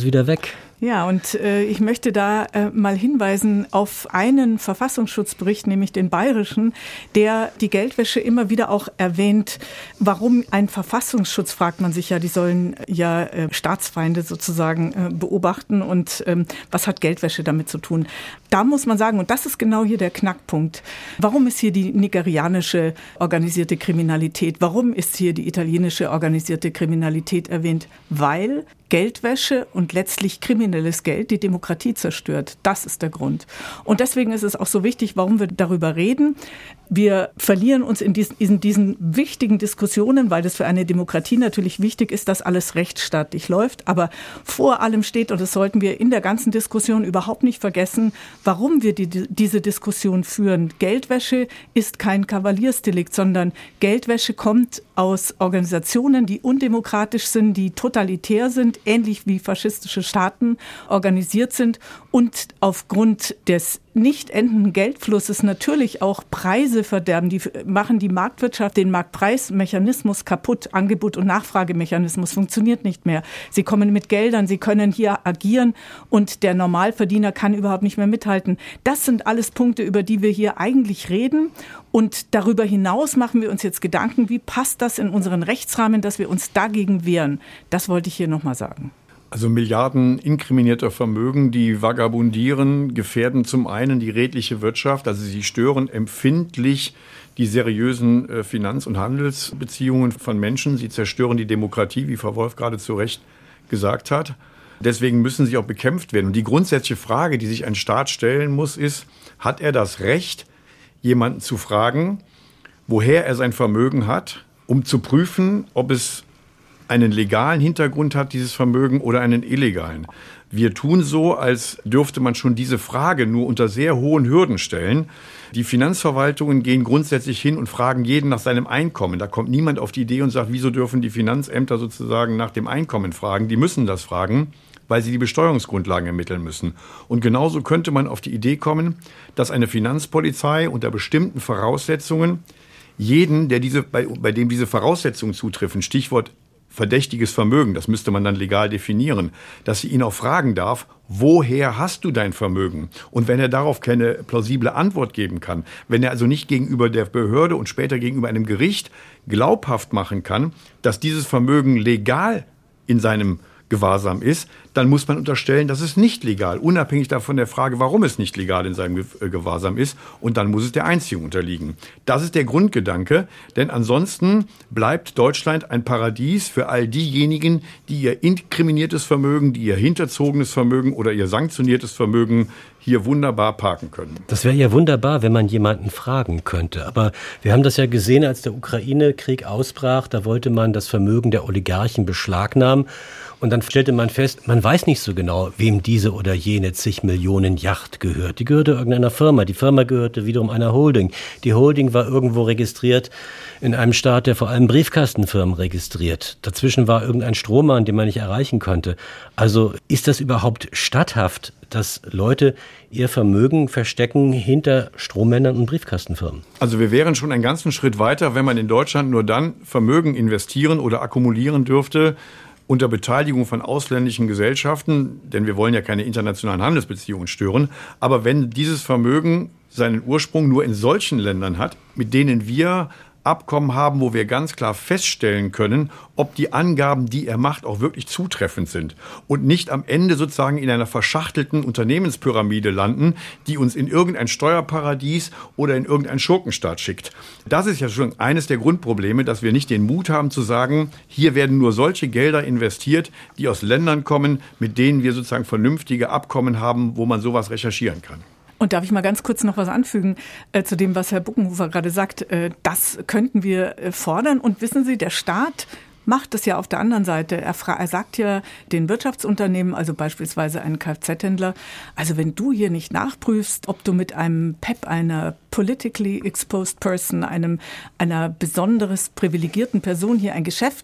wieder weg. Ja, und ich möchte da mal hinweisen auf einen Verfassungsschutzbericht, nämlich den bayerischen, der die Geldwäsche immer wieder auch erwähnt. Warum ein Verfassungsschutz, fragt man sich ja, die sollen ja Staatsfeinde sozusagen beobachten und was hat Geldwäsche damit zu tun? Da muss man sagen, und das ist genau hier der Knackpunkt, warum ist hier die nigerianische organisierte Kriminalität, warum ist hier die italienische organisierte Kriminalität erwähnt? Weil Geldwäsche und letztlich kriminelles Geld die Demokratie zerstört. Das ist der Grund. Und deswegen ist es auch so wichtig, warum wir darüber reden. Wir verlieren uns in diesen wichtigen Diskussionen, weil das für eine Demokratie natürlich wichtig ist, dass alles rechtsstaatlich läuft. Aber vor allem steht, und das sollten wir in der ganzen Diskussion überhaupt nicht vergessen, warum wir diese Diskussion führen. Geldwäsche ist kein Kavaliersdelikt, sondern Geldwäsche kommt aus Organisationen, die undemokratisch sind, die totalitär sind, ähnlich wie faschistische Staaten organisiert sind und aufgrund des nicht endenden Geldflusses natürlich auch Preise verderben. Die machen die Marktwirtschaft, den Marktpreismechanismus kaputt. Angebot- und Nachfragemechanismus funktioniert nicht mehr. Sie kommen mit Geldern, sie können hier agieren und der Normalverdiener kann überhaupt nicht mehr mithalten. Das sind alles Punkte, über die wir hier eigentlich reden. Und darüber hinaus machen wir uns jetzt Gedanken, wie passt das in unseren Rechtsrahmen, dass wir uns dagegen wehren. Das wollte ich hier nochmal sagen. Also Milliarden inkriminierter Vermögen, die vagabundieren, gefährden zum einen die redliche Wirtschaft, also sie stören empfindlich die seriösen Finanz- und Handelsbeziehungen von Menschen. Sie zerstören die Demokratie, wie Frau Wolf gerade zu Recht gesagt hat. Deswegen müssen sie auch bekämpft werden. Und die grundsätzliche Frage, die sich ein Staat stellen muss, ist, hat er das Recht, jemanden zu fragen, woher er sein Vermögen hat, um zu prüfen, ob es einen legalen Hintergrund hat, dieses Vermögen, oder einen illegalen. Wir tun so, als dürfte man schon diese Frage nur unter sehr hohen Hürden stellen. Die Finanzverwaltungen gehen grundsätzlich hin und fragen jeden nach seinem Einkommen. Da kommt niemand auf die Idee und sagt, wieso dürfen die Finanzämter sozusagen nach dem Einkommen fragen? Die müssen das fragen, weil sie die Besteuerungsgrundlagen ermitteln müssen. Und genauso könnte man auf die Idee kommen, dass eine Finanzpolizei unter bestimmten Voraussetzungen jeden, bei dem diese Voraussetzungen zutreffen, Stichwort verdächtiges Vermögen, das müsste man dann legal definieren, dass sie ihn auch fragen darf, woher hast du dein Vermögen? Und wenn er darauf keine plausible Antwort geben kann, wenn er also nicht gegenüber der Behörde und später gegenüber einem Gericht glaubhaft machen kann, dass dieses Vermögen legal in seinem Gewahrsam ist, dann muss man unterstellen, dass es nicht legal, unabhängig davon der Frage, warum es nicht legal in seinem Gewahrsam ist, und dann muss es der Einziehung unterliegen. Das ist der Grundgedanke, denn ansonsten bleibt Deutschland ein Paradies für all diejenigen, die ihr inkriminiertes Vermögen, die ihr hinterzogenes Vermögen oder ihr sanktioniertes Vermögen hier wunderbar parken können. Das wäre ja wunderbar, wenn man jemanden fragen könnte. Aber wir haben das ja gesehen, als der Ukraine-Krieg ausbrach. Da wollte man das Vermögen der Oligarchen beschlagnahmen. Und dann stellte man fest, man weiß nicht so genau, wem diese oder jene zig Millionen Yacht gehört. Die gehörte irgendeiner Firma. Die Firma gehörte wiederum einer Holding. Die Holding war irgendwo registriert in einem Staat, der vor allem Briefkastenfirmen registriert. Dazwischen war irgendein Strohmann, den man nicht erreichen konnte. Also ist das überhaupt statthaft, dass Leute ihr Vermögen verstecken hinter Strommännern und Briefkastenfirmen? Also wir wären schon einen ganzen Schritt weiter, wenn man in Deutschland nur dann Vermögen investieren oder akkumulieren dürfte, unter Beteiligung von ausländischen Gesellschaften, denn wir wollen ja keine internationalen Handelsbeziehungen stören, aber wenn dieses Vermögen seinen Ursprung nur in solchen Ländern hat, mit denen wir Abkommen haben, wo wir ganz klar feststellen können, ob die Angaben, die er macht, auch wirklich zutreffend sind und nicht am Ende sozusagen in einer verschachtelten Unternehmenspyramide landen, die uns in irgendein Steuerparadies oder in irgendein Schurkenstaat schickt. Das ist ja schon eines der Grundprobleme, dass wir nicht den Mut haben zu sagen, hier werden nur solche Gelder investiert, die aus Ländern kommen, mit denen wir sozusagen vernünftige Abkommen haben, wo man sowas recherchieren kann. Und darf ich mal ganz kurz noch was anfügen zu dem, was Herr Buckenhofer gerade sagt? Das könnten wir fordern. Und wissen Sie, der Staat macht das ja auf der anderen Seite. Er sagt ja den Wirtschaftsunternehmen, also beispielsweise einen Kfz-Händler, also wenn du hier nicht nachprüfst, ob du mit einem PEP, einer Politically Exposed Person, einer besonders privilegierten Person hier ein Geschäft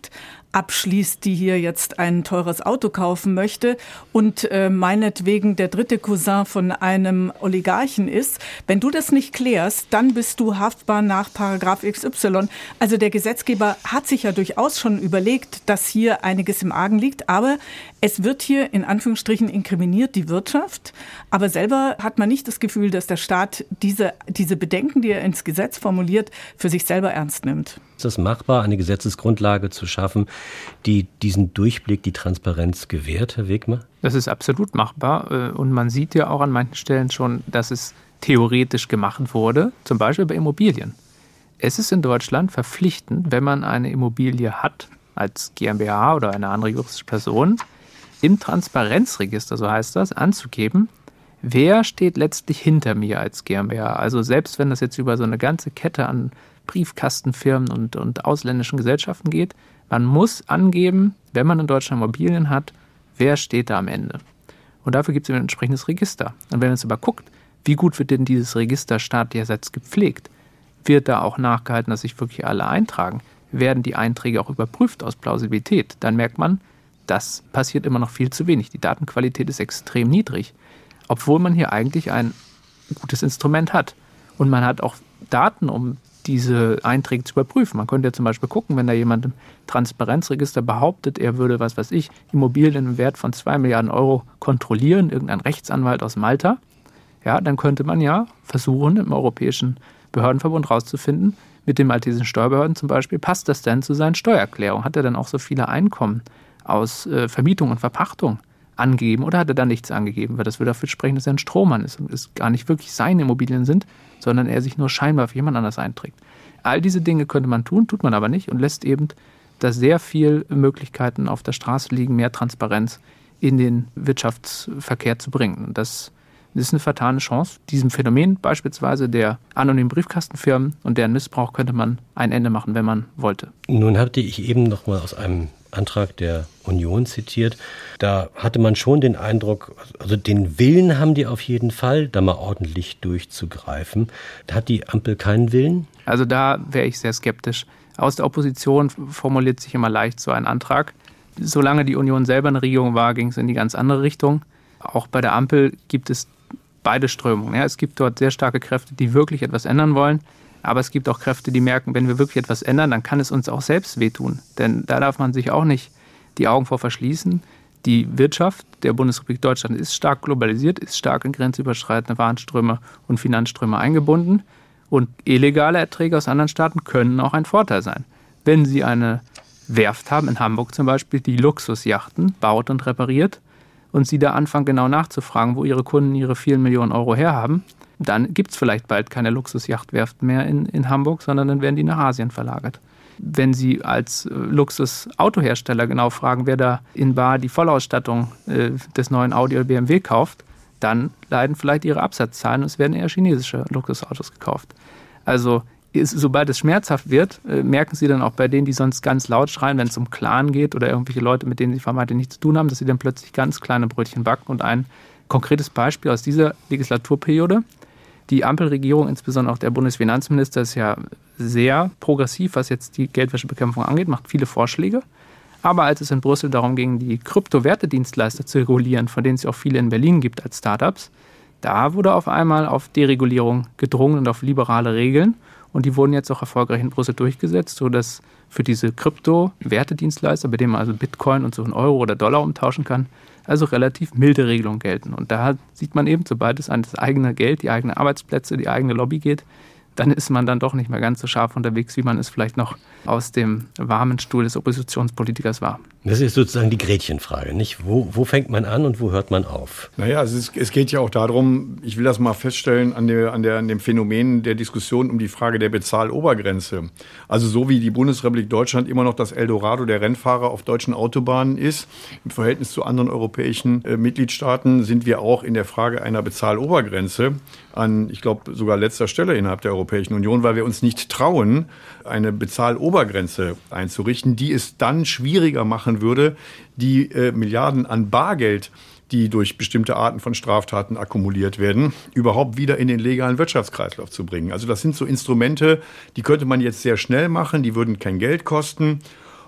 abschließt, die hier jetzt ein teures Auto kaufen möchte und meinetwegen der dritte Cousin von einem Oligarchen ist. Wenn du das nicht klärst, dann bist du haftbar nach Paragraph XY. Also der Gesetzgeber hat sich ja durchaus schon überlegt, dass hier einiges im Argen liegt, aber es wird hier in Anführungsstrichen inkriminiert, die Wirtschaft, aber selber hat man nicht das Gefühl, dass der Staat diese Bedenken, die er ins Gesetz formuliert, für sich selber ernst nimmt. Ist es machbar, eine Gesetzesgrundlage zu schaffen, die diesen Durchblick, die Transparenz gewährt, Herr Wegmer? Das ist absolut machbar und man sieht ja auch an manchen Stellen schon, dass es theoretisch gemacht wurde, zum Beispiel bei Immobilien. Es ist in Deutschland verpflichtend, wenn man eine Immobilie hat, als GmbH oder eine andere juristische Person, im Transparenzregister, so heißt das, anzugeben, wer steht letztlich hinter mir als GmbH. Also selbst wenn das jetzt über so eine ganze Kette an Briefkastenfirmen und ausländischen Gesellschaften geht, man muss angeben, wenn man in Deutschland Immobilien hat, wer steht da am Ende. Und dafür gibt es ein entsprechendes Register. Und wenn man jetzt aber guckt, wie gut wird denn dieses Register staatlicherseits gepflegt, wird da auch nachgehalten, dass sich wirklich alle eintragen, werden die Einträge auch überprüft aus Plausibilität, dann merkt man, das passiert immer noch viel zu wenig. Die Datenqualität ist extrem niedrig, obwohl man hier eigentlich ein gutes Instrument hat. Und man hat auch Daten, um diese Einträge zu überprüfen. Man könnte ja zum Beispiel gucken, wenn da jemand im Transparenzregister behauptet, er würde, Immobilien im Wert von 2 Milliarden Euro kontrollieren, irgendein Rechtsanwalt aus Malta, ja, dann könnte man ja versuchen, im Europäischen Behördenverbund rauszufinden, mit den maltesischen Steuerbehörden zum Beispiel, passt das denn zu seinen Steuererklärungen? Hat er dann auch so viele Einkommen aus Vermietung und Verpachtung angegeben oder hat er da nichts angegeben? Weil das würde dafür sprechen, dass er ein Strohmann ist und es gar nicht wirklich seine Immobilien sind, sondern er sich nur scheinbar für jemand anders einträgt. All diese Dinge könnte man tun, tut man aber nicht und lässt eben, dass sehr viele Möglichkeiten auf der Straße liegen, mehr Transparenz in den Wirtschaftsverkehr zu bringen. Und das ist eine vertane Chance. Diesem Phänomen beispielsweise der anonymen Briefkastenfirmen und deren Missbrauch könnte man ein Ende machen, wenn man wollte. Nun hatte ich eben noch mal aus einem Antrag der Union zitiert. Da hatte man schon den Eindruck, also den Willen haben die auf jeden Fall, da mal ordentlich durchzugreifen. Da hat die Ampel keinen Willen? Also da wäre ich sehr skeptisch. Aus der Opposition formuliert sich immer leicht so ein Antrag. Solange die Union selber eine Regierung war, ging es in die ganz andere Richtung. Auch bei der Ampel gibt es beide Strömungen. Ja, es gibt dort sehr starke Kräfte, die wirklich etwas ändern wollen. Aber es gibt auch Kräfte, die merken, wenn wir wirklich etwas ändern, dann kann es uns auch selbst wehtun. Denn da darf man sich auch nicht die Augen vor verschließen. Die Wirtschaft der Bundesrepublik Deutschland ist stark globalisiert, ist stark in grenzüberschreitende Warenströme und Finanzströme eingebunden. Und illegale Erträge aus anderen Staaten können auch ein Vorteil sein. Wenn Sie eine Werft haben, in Hamburg zum Beispiel, die Luxusjachten baut und repariert, und Sie da anfangen genau nachzufragen, wo Ihre Kunden ihre vielen Millionen Euro herhaben, dann gibt es vielleicht bald keine Luxusjachtwerft mehr in Hamburg, sondern dann werden die nach Asien verlagert. Wenn Sie als Luxusautohersteller genau fragen, wer da in bar die Vollausstattung des neuen Audi oder BMW kauft, dann leiden vielleicht Ihre Absatzzahlen und es werden eher chinesische Luxusautos gekauft. Also sobald es schmerzhaft wird, merken Sie dann auch bei denen, die sonst ganz laut schreien, wenn es um Clan geht oder irgendwelche Leute, mit denen Sie vermeintlich nichts zu tun haben, dass sie dann plötzlich ganz kleine Brötchen backen. Und ein konkretes Beispiel aus dieser Legislaturperiode: Die Ampelregierung, insbesondere auch der Bundesfinanzminister, ist ja sehr progressiv, was jetzt die Geldwäschebekämpfung angeht, macht viele Vorschläge. Aber als es in Brüssel darum ging, die Kryptowertedienstleister zu regulieren, von denen es auch viele in Berlin gibt als Startups, da wurde auf einmal auf Deregulierung gedrungen und auf liberale Regeln. Und die wurden jetzt auch erfolgreich in Brüssel durchgesetzt, sodass für diese Krypto-Wertedienstleister, bei denen man also Bitcoin und so in Euro oder Dollar umtauschen kann, also relativ milde Regelungen gelten. Und da sieht man eben, sobald es an das eigene Geld, die eigenen Arbeitsplätze, die eigene Lobby geht, dann ist man dann doch nicht mehr ganz so scharf unterwegs, wie man es vielleicht noch aus dem warmen Stuhl des Oppositionspolitikers war. Das ist sozusagen die Gretchenfrage, nicht? Wo fängt man an und wo hört man auf? Naja, es geht ja auch darum, ich will das mal feststellen, an dem Phänomen der Diskussion um die Frage der Bezahlobergrenze. Also so wie die Bundesrepublik Deutschland immer noch das Eldorado der Rennfahrer auf deutschen Autobahnen ist, im Verhältnis zu anderen europäischen Mitgliedstaaten sind wir auch in der Frage einer Bezahlobergrenze an, ich glaube, sogar letzter Stelle innerhalb der Europäischen Union, weil wir uns nicht trauen, eine Bezahlobergrenze einzurichten, die es dann schwieriger machen würde, die Milliarden an Bargeld, die durch bestimmte Arten von Straftaten akkumuliert werden, überhaupt wieder in den legalen Wirtschaftskreislauf zu bringen. Also das sind so Instrumente, die könnte man jetzt sehr schnell machen, die würden kein Geld kosten.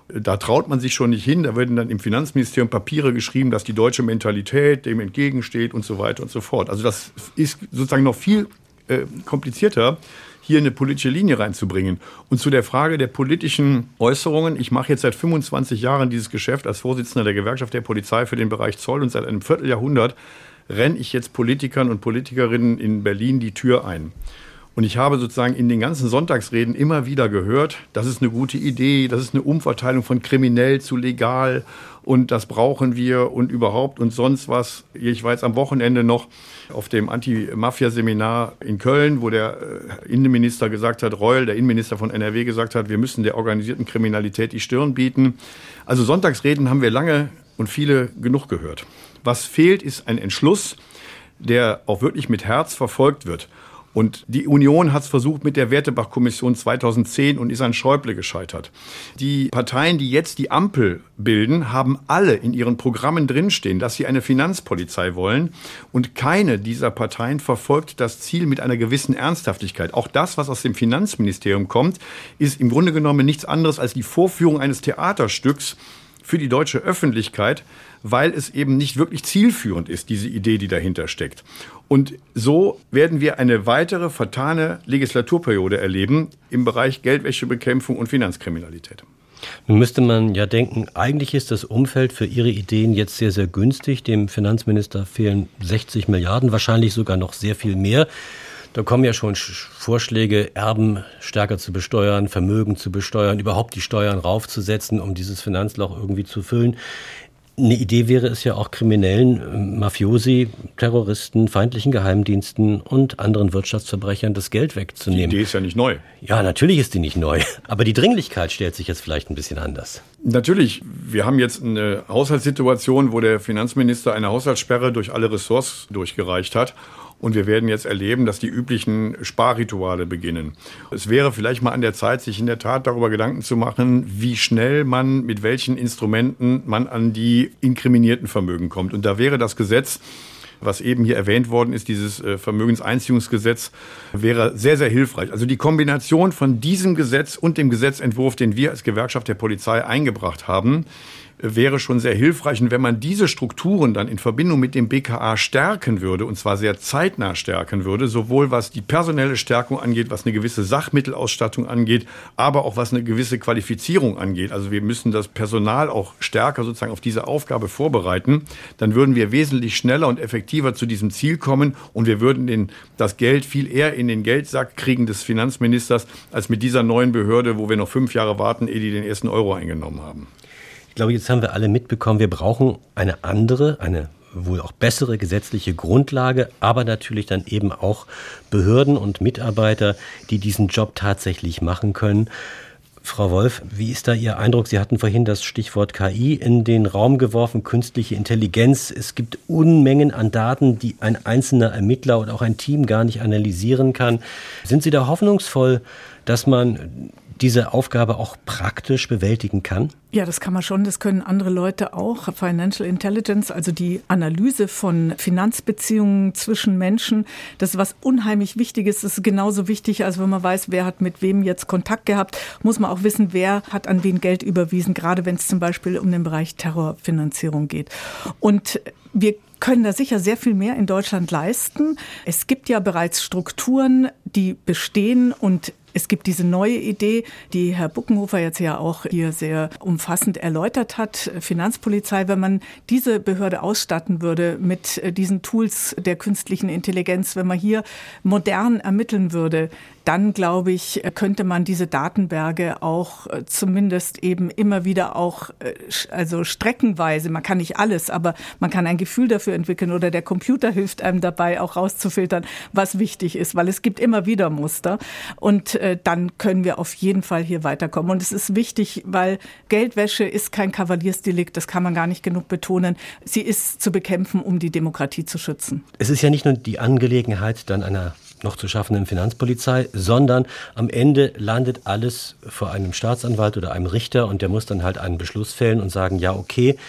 Da traut man sich schon nicht hin. Da werden dann im Finanzministerium Papiere geschrieben, dass die deutsche Mentalität dem entgegensteht und so weiter und so fort. Also das ist sozusagen noch viel komplizierter, hier eine politische Linie reinzubringen. Und zu der Frage der politischen Äußerungen. Ich mache jetzt seit 25 Jahren dieses Geschäft als Vorsitzender der Gewerkschaft der Polizei für den Bereich Zoll und seit einem Vierteljahrhundert renne ich jetzt Politikern und Politikerinnen in Berlin die Tür ein. Und ich habe sozusagen in den ganzen Sonntagsreden immer wieder gehört, das ist eine gute Idee, das ist eine Umverteilung von kriminell zu legal und das brauchen wir und überhaupt und sonst was. Ich war jetzt am Wochenende noch auf dem Anti-Mafia-Seminar in Köln, wo der Innenminister gesagt hat, Reul, der Innenminister von NRW, gesagt hat, wir müssen der organisierten Kriminalität die Stirn bieten. Also Sonntagsreden haben wir lange und viele genug gehört. Was fehlt, ist ein Entschluss, der auch wirklich mit Herz verfolgt wird. Und die Union hat es versucht mit der Wertebach-Kommission 2010 und ist an Schäuble gescheitert. Die Parteien, die jetzt die Ampel bilden, haben alle in ihren Programmen drinstehen, dass sie eine Finanzpolizei wollen. Und keine dieser Parteien verfolgt das Ziel mit einer gewissen Ernsthaftigkeit. Auch das, was aus dem Finanzministerium kommt, ist im Grunde genommen nichts anderes als die Vorführung eines Theaterstücks für die deutsche Öffentlichkeit, weil es eben nicht wirklich zielführend ist, diese Idee, die dahinter steckt. Und so werden wir eine weitere vertane Legislaturperiode erleben im Bereich Geldwäschebekämpfung und Finanzkriminalität. Nun müsste man ja denken, eigentlich ist das Umfeld für Ihre Ideen jetzt sehr, sehr günstig. Dem Finanzminister fehlen 60 Milliarden, wahrscheinlich sogar noch sehr viel mehr. Da kommen ja schon Vorschläge, Erben stärker zu besteuern, Vermögen zu besteuern, überhaupt die Steuern raufzusetzen, um dieses Finanzloch irgendwie zu füllen. Eine Idee wäre es ja auch Kriminellen, Mafiosi, Terroristen, feindlichen Geheimdiensten und anderen Wirtschaftsverbrechern das Geld wegzunehmen. Die Idee ist ja nicht neu. Ja, natürlich ist die nicht neu. Aber die Dringlichkeit stellt sich jetzt vielleicht ein bisschen anders. Natürlich. Wir haben jetzt eine Haushaltssituation, wo der Finanzminister eine Haushaltssperre durch alle Ressorts durchgereicht hat. Und wir werden jetzt erleben, dass die üblichen Sparrituale beginnen. Es wäre vielleicht mal an der Zeit, sich in der Tat darüber Gedanken zu machen, wie schnell man mit welchen Instrumenten man an die inkriminierten Vermögen kommt. Und da wäre das Gesetz, was eben hier erwähnt worden ist, dieses Vermögenseinziehungsgesetz, wäre sehr, sehr hilfreich. Also die Kombination von diesem Gesetz und dem Gesetzentwurf, den wir als Gewerkschaft der Polizei eingebracht haben, wäre schon sehr hilfreich. Und wenn man diese Strukturen dann in Verbindung mit dem BKA stärken würde, und zwar sehr zeitnah stärken würde, sowohl was die personelle Stärkung angeht, was eine gewisse Sachmittelausstattung angeht, aber auch was eine gewisse Qualifizierung angeht. Also wir müssen das Personal auch stärker sozusagen auf diese Aufgabe vorbereiten. Dann würden wir wesentlich schneller und effektiver zu diesem Ziel kommen und wir würden das Geld viel eher in den Geldsack kriegen des Finanzministers, als mit dieser neuen Behörde, wo wir noch 5 Jahre warten, ehe die den ersten Euro eingenommen haben. Ich glaube, jetzt haben wir alle mitbekommen, wir brauchen eine andere, eine wohl auch bessere gesetzliche Grundlage, aber natürlich dann eben auch Behörden und Mitarbeiter, die diesen Job tatsächlich machen können. Frau Wolf, wie ist da Ihr Eindruck? Sie hatten vorhin das Stichwort KI in den Raum geworfen, künstliche Intelligenz. Es gibt Unmengen an Daten, die ein einzelner Ermittler oder auch ein Team gar nicht analysieren kann. Sind Sie da hoffnungsvoll, dass man diese Aufgabe auch praktisch bewältigen kann? Ja, das kann man schon. Das können andere Leute auch. Financial Intelligence, also die Analyse von Finanzbeziehungen zwischen Menschen, das ist was unheimlich Wichtiges. Das ist genauso wichtig, als wenn man weiß, wer hat mit wem jetzt Kontakt gehabt, muss man auch wissen, wer hat an wen Geld überwiesen, gerade wenn es zum Beispiel um den Bereich Terrorfinanzierung geht. Und wir können da sicher sehr viel mehr in Deutschland leisten. Es gibt ja bereits Strukturen, die bestehen und es gibt diese neue Idee, die Herr Buckenhofer jetzt ja auch hier sehr umfassend erläutert hat, Finanzpolizei. Wenn man diese Behörde ausstatten würde mit diesen Tools der künstlichen Intelligenz, wenn man hier modern ermitteln würde, dann, glaube ich, könnte man diese Datenberge auch zumindest eben immer wieder auch, also streckenweise, man kann nicht alles, aber man kann ein Gefühl dafür entwickeln oder der Computer hilft einem dabei, auch rauszufiltern, was wichtig ist, weil es gibt immer wieder Muster und dann können wir auf jeden Fall hier weiterkommen. Und es ist wichtig, weil Geldwäsche ist kein Kavaliersdelikt, das kann man gar nicht genug betonen. Sie ist zu bekämpfen, um die Demokratie zu schützen. Es ist ja nicht nur die Angelegenheit dann einer noch zu schaffenden Finanzpolizei, sondern am Ende landet alles vor einem Staatsanwalt oder einem Richter und der muss dann halt einen Beschluss fällen und sagen, ja, okay,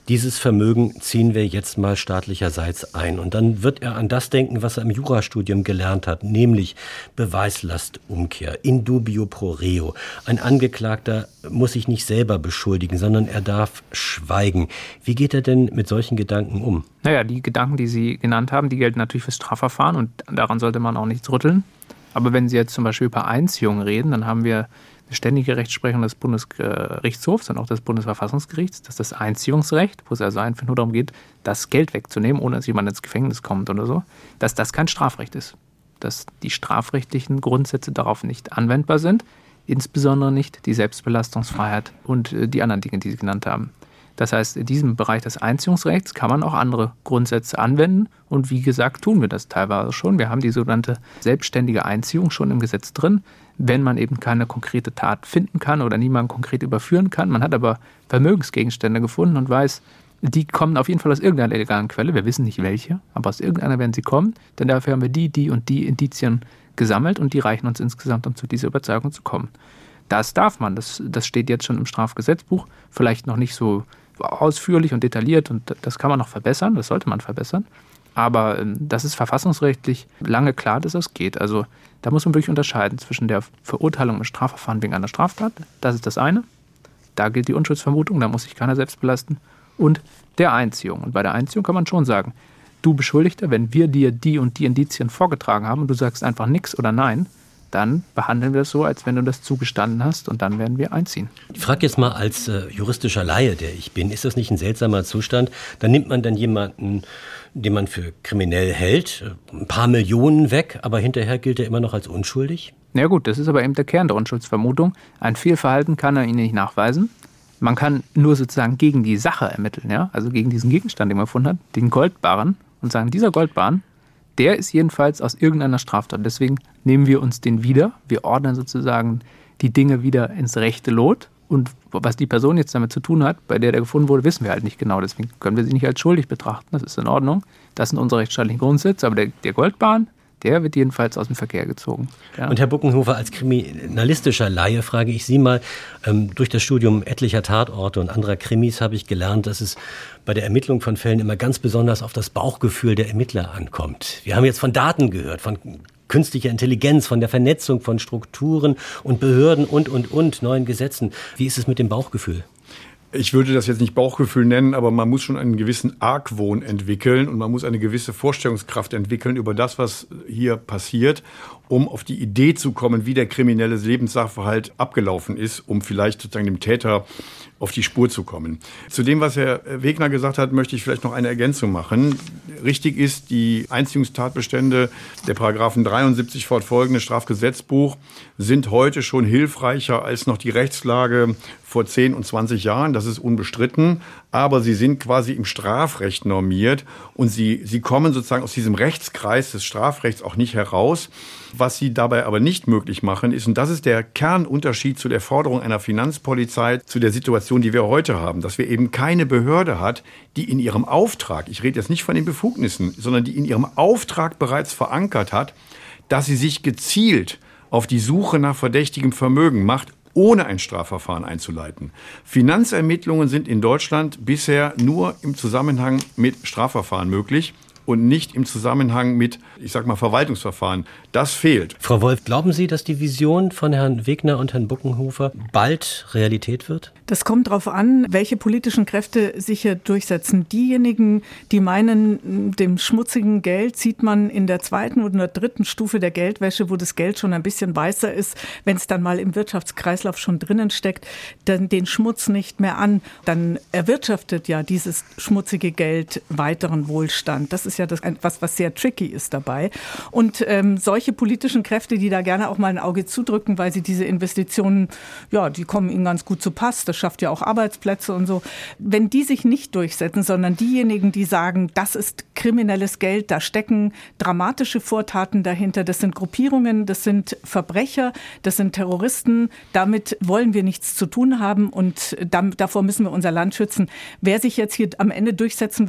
dieses Vermögen ziehen wir jetzt mal staatlicherseits ein. Und dann wird er an das denken, was er im Jurastudium gelernt hat, nämlich Beweislastumkehr, in dubio pro reo. Ein Angeklagter muss sich nicht selber beschuldigen, sondern er darf schweigen. Wie geht er denn mit solchen Gedanken um? Naja, die Gedanken, die Sie genannt haben, die gelten natürlich fürs Strafverfahren und daran sollte man auch nichts rütteln. Aber wenn Sie jetzt zum Beispiel über Einziehung reden, dann haben wir eine ständige Rechtsprechung des Bundesgerichtshofs und auch des Bundesverfassungsgerichts. Das ist das Einziehungsrecht, wo es also einfach nur darum geht, das Geld wegzunehmen, ohne dass jemand ins Gefängnis kommt oder so, dass das kein Strafrecht ist. Dass die strafrechtlichen Grundsätze darauf nicht anwendbar sind, insbesondere nicht die Selbstbelastungsfreiheit und die anderen Dinge, die Sie genannt haben. Das heißt, in diesem Bereich des Einziehungsrechts kann man auch andere Grundsätze anwenden. Und wie gesagt, tun wir das teilweise schon. Wir haben die sogenannte selbstständige Einziehung schon im Gesetz drin, wenn man eben keine konkrete Tat finden kann oder niemanden konkret überführen kann. Man hat aber Vermögensgegenstände gefunden und weiß, die kommen auf jeden Fall aus irgendeiner illegalen Quelle. Wir wissen nicht welche, aber aus irgendeiner werden sie kommen. Denn dafür haben wir die und die Indizien gesammelt und die reichen uns insgesamt, um zu dieser Überzeugung zu kommen. Das darf man. Das steht jetzt schon im Strafgesetzbuch. Vielleicht noch nicht so ausführlich und detailliert und das kann man noch verbessern, das sollte man verbessern. Aber das ist verfassungsrechtlich lange klar, dass das geht. Also da muss man wirklich unterscheiden zwischen der Verurteilung im Strafverfahren wegen einer Straftat, das ist das eine, da gilt die Unschuldsvermutung, da muss sich keiner selbst belasten, und der Einziehung. Und bei der Einziehung kann man schon sagen, du Beschuldigter, wenn wir dir die und die Indizien vorgetragen haben und du sagst einfach nichts oder nein, dann behandeln wir das so, als wenn du das zugestanden hast und dann werden wir einziehen. Ich frage jetzt mal als juristischer Laie, der ich bin, ist das nicht ein seltsamer Zustand? Dann nimmt man dann jemanden, den man für kriminell hält, ein paar Millionen weg, aber hinterher gilt er immer noch als unschuldig? Na gut, das ist aber eben der Kern der Unschuldsvermutung. Ein Fehlverhalten kann er Ihnen nicht nachweisen. Man kann nur sozusagen gegen die Sache ermitteln, ja? Also gegen diesen Gegenstand, den man gefunden hat, den Goldbarren, und sagen, dieser Goldbarren, der ist jedenfalls aus irgendeiner Straftat. Deswegen nehmen wir uns den wieder. Wir ordnen sozusagen die Dinge wieder ins rechte Lot. Und was die Person jetzt damit zu tun hat, bei der gefunden wurde, wissen wir halt nicht genau. Deswegen können wir sie nicht als schuldig betrachten. Das ist in Ordnung. Das sind unsere rechtsstaatlichen Grundsätze. Aber der Goldbarren, der wird jedenfalls aus dem Verkehr gezogen. Ja. Und Herr Buckenhofer, als kriminalistischer Laie frage ich Sie mal, durch das Studium etlicher Tatorte und anderer Krimis habe ich gelernt, dass es bei der Ermittlung von Fällen immer ganz besonders auf das Bauchgefühl der Ermittler ankommt. Wir haben jetzt von Daten gehört, von künstlicher Intelligenz, von der Vernetzung von Strukturen und Behörden und neuen Gesetzen. Wie ist es mit dem Bauchgefühl? Ich würde das jetzt nicht Bauchgefühl nennen, aber man muss schon einen gewissen Argwohn entwickeln und man muss eine gewisse Vorstellungskraft entwickeln über das, was hier passiert, um auf die Idee zu kommen, wie der kriminelle Lebenssachverhalt abgelaufen ist, um vielleicht sozusagen dem Täter auf die Spur zu kommen. Zu dem, was Herr Wegner gesagt hat, möchte ich vielleicht noch eine Ergänzung machen. Richtig ist, die Einziehungstatbestände der Paragraphen 73 fortfolgende Strafgesetzbuch sind heute schon hilfreicher als noch die Rechtslage vor 10 und 20 Jahren. Das ist unbestritten. Aber sie sind quasi im Strafrecht normiert und sie kommen sozusagen aus diesem Rechtskreis des Strafrechts auch nicht heraus. Was sie dabei aber nicht möglich machen ist, und das ist der Kernunterschied zu der Forderung einer Finanzpolizei, zu der Situation, die wir heute haben, dass wir eben keine Behörde hat, die in ihrem Auftrag, ich rede jetzt nicht von den Befugnissen, sondern die in ihrem Auftrag bereits verankert hat, dass sie sich gezielt auf die Suche nach verdächtigem Vermögen macht, ohne ein Strafverfahren einzuleiten. Finanzermittlungen sind in Deutschland bisher nur im Zusammenhang mit Strafverfahren möglich und nicht im Zusammenhang mit, ich sag mal, Verwaltungsverfahren. Das fehlt. Frau Wolf, glauben Sie, dass die Vision von Herrn Wegner und Herrn Buckenhofer bald Realität wird? Das kommt darauf an, welche politischen Kräfte sich hier durchsetzen. Diejenigen, die meinen, dem schmutzigen Geld sieht man in der 2. oder 3. Stufe der Geldwäsche, wo das Geld schon ein bisschen weißer ist, wenn es dann mal im Wirtschaftskreislauf schon drinnen steckt, dann den Schmutz nicht mehr an. Dann erwirtschaftet ja dieses schmutzige Geld weiteren Wohlstand. Das ist ja das was sehr tricky ist dabei. Und solche politischen Kräfte, die da gerne auch mal ein Auge zudrücken, weil sie diese Investitionen, ja, die kommen ihnen ganz gut zu Pass. Das schafft ja auch Arbeitsplätze und so. Wenn die sich nicht durchsetzen, sondern diejenigen, die sagen, das ist kriminelles Geld, da stecken dramatische Vortaten dahinter, das sind Gruppierungen, das sind Verbrecher, das sind Terroristen, damit wollen wir nichts zu tun haben und davor müssen wir unser Land schützen. Wer sich jetzt hier am Ende durchsetzen wird,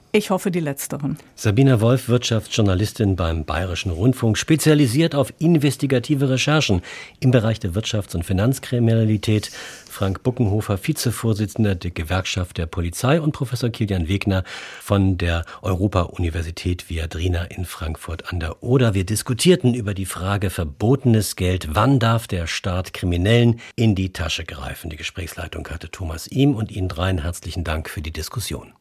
Ich hoffe die letzteren. Sabina Wolf, Wirtschaftsjournalistin beim Bayerischen Rundfunk, spezialisiert auf investigative Recherchen im Bereich der Wirtschafts- und Finanzkriminalität. Frank Buckenhofer, Vizevorsitzender der Gewerkschaft der Polizei, und Professor Kilian Wegner von der Europa-Universität Viadrina in Frankfurt an der Oder. Wir diskutierten über die Frage verbotenes Geld. Wann darf der Staat Kriminellen in die Tasche greifen? Die Gesprächsleitung hatte Thomas Ihm, und Ihnen dreien herzlichen Dank für die Diskussion.